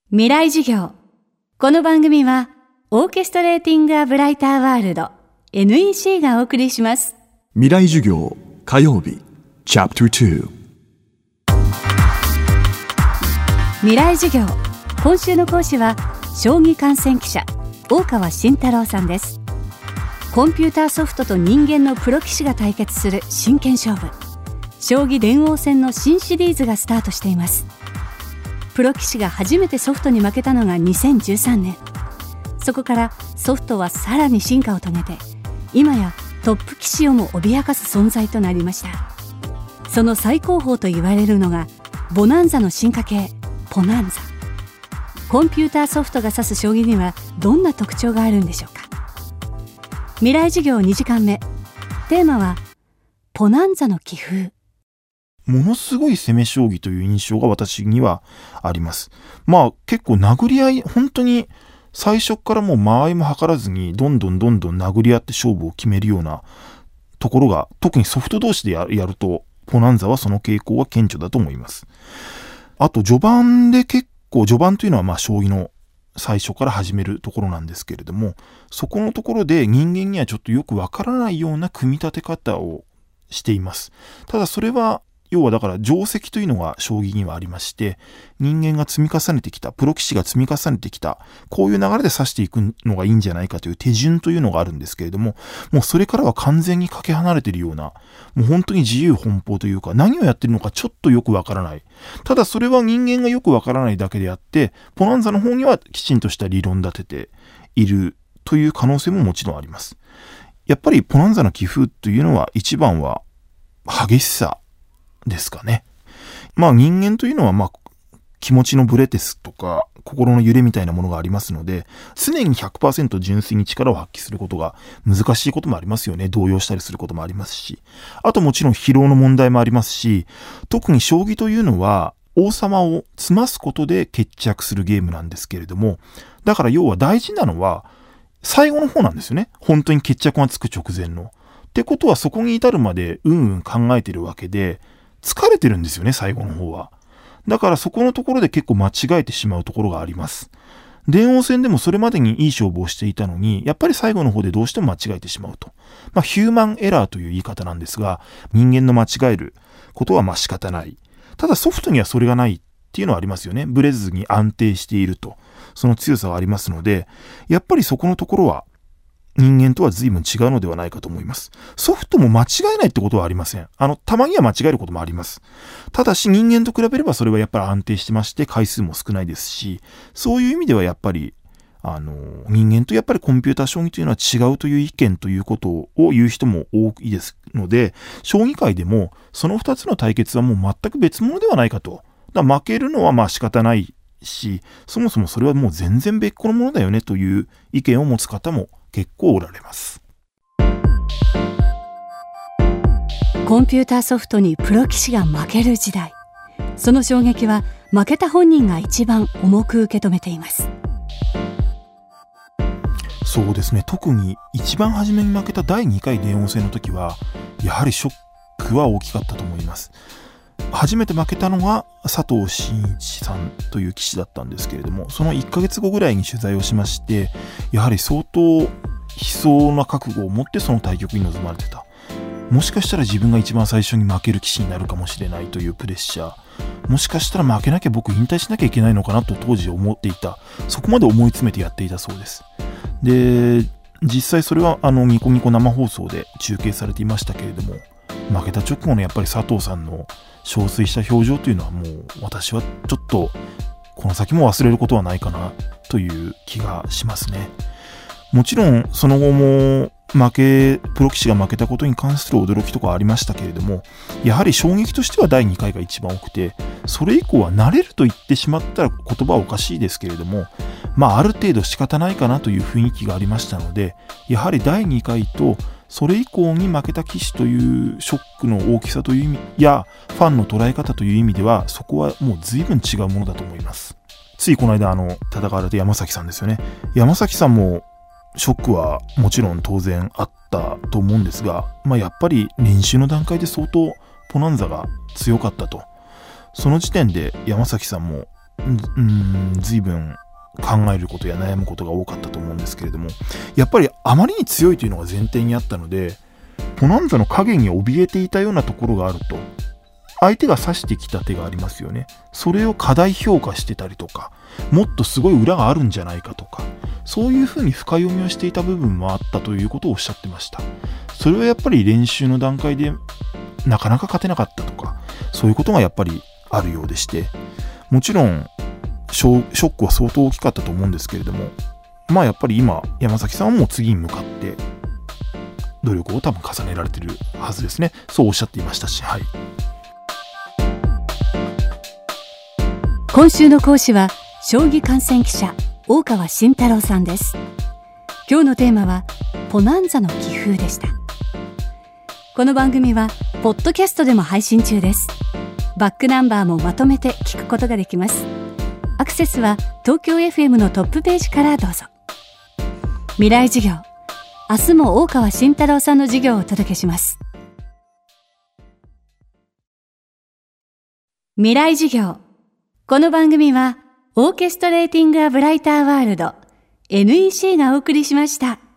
未来授業。この番組はオーケストレーティングアブライターワールド NEC がお送りします。 未来授業火曜日チャプター2。 未来授業。今週の講師は将棋観戦記者大川慎太郎さんです。コンピューターソフトと人間のプロ棋士が対決する真剣勝負、将棋電王戦の新シリーズがスタートしています。プロ棋士が初めてソフトに負けたのが2013年。そこからソフトはさらに進化を遂げて、今やトップ棋士をも脅かす存在となりました。その最高峰と言われるのがボナンザの進化系ポナンザ。コンピューターソフトが指す将棋にはどんな特徴があるんでしょうか。未来授業2時間目。テーマはポナンザの棋風。 ものすごい攻め将棋という印象が私にはあります。結構殴り合い、本当に最初からもう間合いも図らずにどんどん殴り合って勝負を決めるようなところが、特にソフト同士でやるとポナンザはその傾向は顕著だと思います。あと序盤で結構、序盤というのは将棋の最初から始めるところなんですけれども、そこのところで人間にはちょっとよくわからないような組み立て方をしています。ただそれは要はだから定石というのが将棋にはありまして、人間が積み重ねてきた、プロ棋士が積み重ねてきた、こういう流れで指していくのがいいんじゃないかという手順というのがあるんですけれども、もうそれからは完全にかけ離れているような、もう本当に自由奔放というか、何をやってるのかちょっとよくわからない。ただそれは人間がよくわからないだけであって、ポナンザの方にはきちんとした理論立てているという可能性ももちろんあります。やっぱりポナンザの棋風というのは一番は激しさですかね。人間というのは気持ちのブレですとか心の揺れみたいなものがありますので、常に 100% 純粋に力を発揮することが難しいこともありますよね。動揺したりすることもありますし、あともちろん疲労の問題もありますし、特に将棋というのは王様を詰ますことで決着するゲームなんですけれども、だから要は大事なのは最後の方なんですよね。本当に決着がつく直前の。ってことはそこに至るまで考えてるわけで、疲れてるんですよね、最後の方は。だからそこのところで結構間違えてしまうところがあります。電王戦でもそれまでにいい勝負をしていたのに、やっぱり最後の方でどうしても間違えてしまうと。ヒューマンエラーという言い方なんですが、人間の間違えることは仕方ない。ただソフトにはそれがないっていうのはありますよね。ブレずに安定していると。その強さはありますので、やっぱりそこのところは人間とは随分違うのではないかと思います。ソフトも間違えないってことはありません。たまには間違えることもあります。ただし人間と比べればそれはやっぱり安定してまして、回数も少ないですし、そういう意味ではやっぱり人間とやっぱりコンピューター将棋というのは違うという意見ということを言う人も多いですので、将棋界でもその2つの対決はもう全く別物ではないかと。負けるのは仕方ないし、そもそもそれはもう全然別個のものだよねという意見を持つ方も結構おられます。 コンピューターソフトにプロ棋士が負ける時代、その衝撃は負けた本人が一番重く受け止めています。 そうですね。特に一番初めに負けた第2回電王戦の時はやはりショックは大きかったと思います。初めて負けたのが佐藤真一さんという棋士だったんですけれども、その1ヶ月後ぐらいに取材をしまして、やはり相当悲壮な覚悟を持ってその対局に臨まれてた。もしかしたら自分が一番最初に負ける棋士になるかもしれないというプレッシャー、もしかしたら負けなきゃ僕引退しなきゃいけないのかなと当時思っていた。そこまで思い詰めてやっていたそうです。で、実際それはニコニコ生放送で中継されていましたけれども、負けた直後のやっぱり佐藤さんの憔悴した表情というのはもう私はちょっとこの先も忘れることはないかなという気がしますね。もちろんその後もプロ棋士が負けたことに関する驚きとかありましたけれども、やはり衝撃としては第2回が一番多くて、それ以降は慣れると言ってしまったら言葉はおかしいですけれども、ある程度仕方ないかなという雰囲気がありましたので、やはり第2回とそれ以降に負けた棋士というショックの大きさという意味やファンの捉え方という意味では、そこはもう随分違うものだと思います。ついこの間戦われた山崎さんですよね。山崎さんもショックはもちろん当然あったと思うんですが、やっぱり練習の段階で相当ポナンザが強かったと。その時点で山崎さんも随分考えることや悩むことが多かったと思うんですけれども、やっぱりあまりに強いというのが前提にあったので、ポナンザの影に怯えていたようなところがあると、相手が指してきた手がありますよね。それを過大評価してたりとか、もっとすごい裏があるんじゃないかとか、そういうふうに深読みをしていた部分もあったということをおっしゃってました。それはやっぱり練習の段階でなかなか勝てなかったとか、そういうことがやっぱりあるようでして、もちろんショックは相当大きかったと思うんですけれども、まあやっぱり今山崎さんはもう次に向かって努力を多分重ねられているはずですね。そうおっしゃっていましたし、はい。 今週の講師は将棋観戦記者大川慎太郎さんです。今日のテーマはポナンザの棋風でした。この番組はポッドキャストでも配信中です。バックナンバーもまとめて聞くことができます。アクセスは東京 FM のトップページからどうぞ。未来授業、明日も大川慎太郎さんの授業をお届けします。未来授業、この番組はオーケストレーティング・ア・ブライター・ワールド NEC がお送りしました。